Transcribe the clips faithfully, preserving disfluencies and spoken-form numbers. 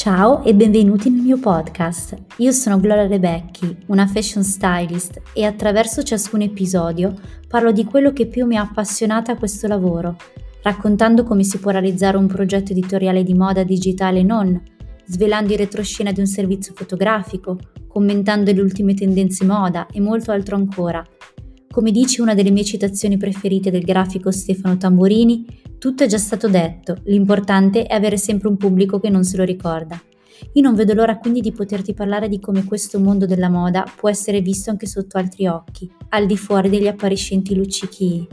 Ciao e benvenuti nel mio podcast. Io sono Gloria Rebecchi, una fashion stylist e attraverso ciascun episodio parlo di quello che più mi ha appassionata a questo lavoro, raccontando come si può realizzare un progetto editoriale di moda digitale e non, svelando in retroscena di un servizio fotografico, commentando le ultime tendenze moda e molto altro ancora. Come dice una delle mie citazioni preferite del grafico Stefano Tamburini, tutto è già stato detto, l'importante è avere sempre un pubblico che non se lo ricorda. Io non vedo l'ora quindi di poterti parlare di come questo mondo della moda può essere visto anche sotto altri occhi, al di fuori degli appariscenti luccichi.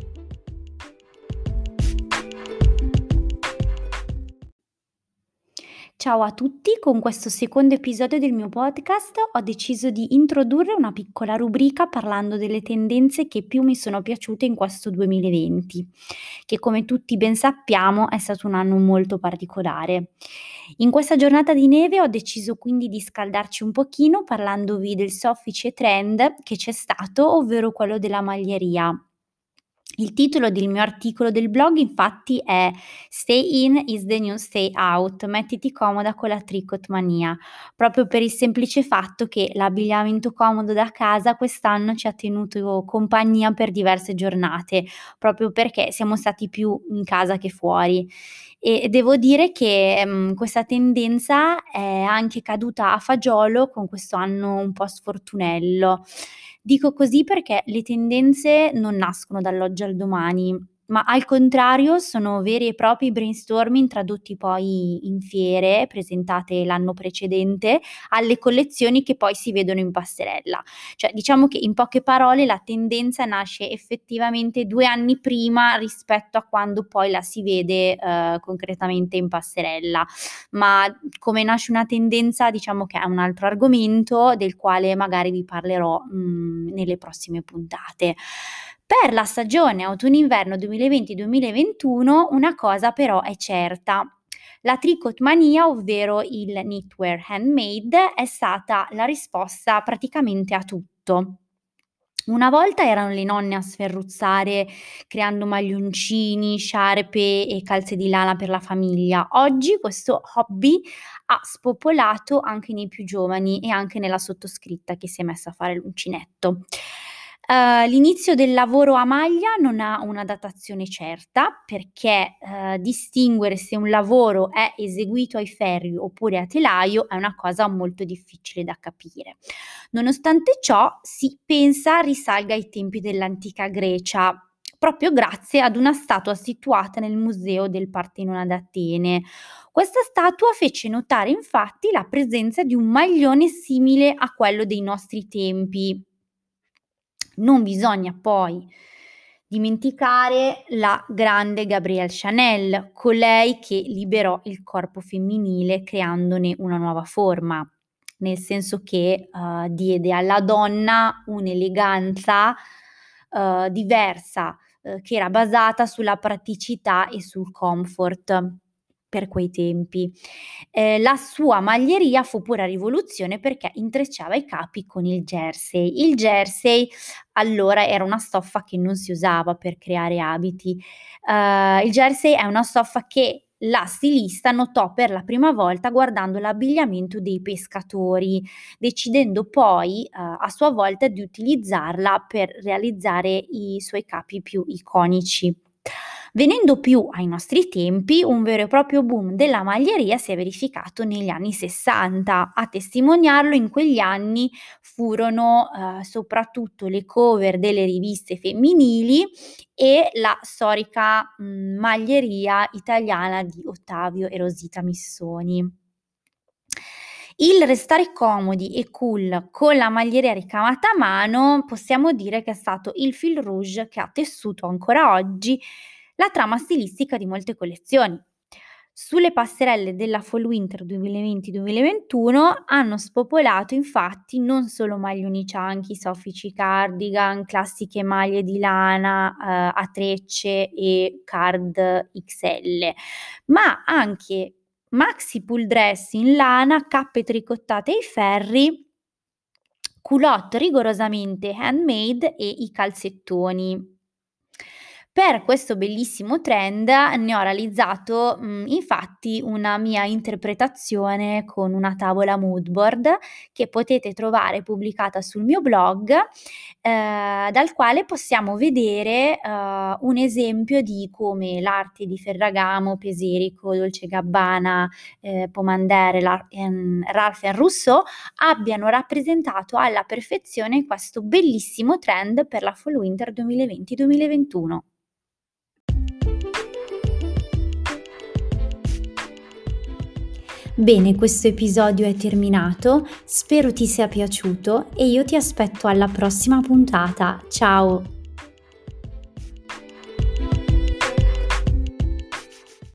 Ciao a tutti, con questo secondo episodio del mio podcast ho deciso di introdurre una piccola rubrica parlando delle tendenze che più mi sono piaciute in questo duemilaventi, che come tutti ben sappiamo è stato un anno molto particolare. In questa giornata di neve ho deciso quindi di scaldarci un pochino parlandovi del soffice trend che c'è stato, ovvero quello della maglieria. Il titolo del mio articolo del blog infatti è Stay in is the new stay out, mettiti comoda con la tricot mania, proprio per il semplice fatto che l'abbigliamento comodo da casa quest'anno ci ha tenuto compagnia per diverse giornate, proprio perché siamo stati più in casa che fuori. E devo dire che um, questa tendenza è anche caduta a fagiolo con questo anno un po' sfortunello. Dico così perché le tendenze non nascono dall'oggi al domani, ma al contrario sono veri e propri brainstorming tradotti poi in fiere presentate l'anno precedente alle collezioni che poi si vedono in passerella. Cioè, diciamo che in poche parole la tendenza nasce effettivamente due anni prima rispetto a quando poi la si vede eh, concretamente in passerella. Ma come nasce una tendenza, diciamo che è un altro argomento del quale magari vi parlerò mh, nelle prossime puntate. Per la stagione autunno-inverno duemilaventi duemilaventuno una cosa però è certa. La tricot mania, ovvero il knitwear handmade, è stata la risposta praticamente a tutto. Una volta erano le nonne a sferruzzare creando maglioncini, sciarpe e calze di lana per la famiglia. Oggi questo hobby ha spopolato anche nei più giovani e anche nella sottoscritta che si è messa a fare l'uncinetto. Uh, l'inizio del lavoro a maglia non ha una datazione certa perché uh, distinguere se un lavoro è eseguito ai ferri oppure a telaio è una cosa molto difficile da capire. Nonostante ciò, si pensa risalga ai tempi dell'antica Grecia, proprio grazie ad una statua situata nel museo del Partenone ad Atene. Questa statua fece notare infatti la presenza di un maglione simile a quello dei nostri tempi. Non bisogna poi dimenticare la grande Gabrielle Chanel, colei che liberò il corpo femminile creandone una nuova forma, nel senso che uh, diede alla donna un'eleganza uh, diversa, uh, che era basata sulla praticità e sul comfort per quei tempi. Eh, la sua maglieria fu pura rivoluzione perché intrecciava i capi con il jersey. Il jersey allora era una stoffa che non si usava per creare abiti. Uh, il jersey è una stoffa che la stilista notò per la prima volta guardando l'abbigliamento dei pescatori, decidendo poi uh, a sua volta di utilizzarla per realizzare i suoi capi più iconici. Venendo più ai nostri tempi, un vero e proprio boom della maglieria si è verificato negli anni sessanta. A testimoniarlo in quegli anni furono eh, soprattutto le cover delle riviste femminili e la storica mh, maglieria italiana di Ottavio e Rosita Missoni. Il restare comodi e cool con la maglieria ricamata a mano possiamo dire che è stato il fil rouge che ha tessuto ancora oggi la trama stilistica di molte collezioni. Sulle passerelle della Fall Winter duemilaventi duemilaventuno hanno spopolato infatti non solo maglioni cianchi, soffici cardigan, classiche maglie di lana eh, a trecce e card X L, ma anche maxi pull dress in lana, cappe tricottate ai ferri, culotte rigorosamente handmade e i calzettoni. Per questo bellissimo trend ne ho realizzato, mhmm, infatti una mia interpretazione con una tavola mood board che potete trovare pubblicata sul mio blog, ehm, dal quale possiamo vedere, uhm, un esempio di come l'arte di Ferragamo, Peserico, Dolce e Gabbana, ehm, Pommandère, la ehm, Ralph and Rousseau abbiano rappresentato alla perfezione questo bellissimo trend per la Fall Winter duemilaventi duemilaventuno. Bene, questo episodio è terminato, spero ti sia piaciuto e io ti aspetto alla prossima puntata. Ciao!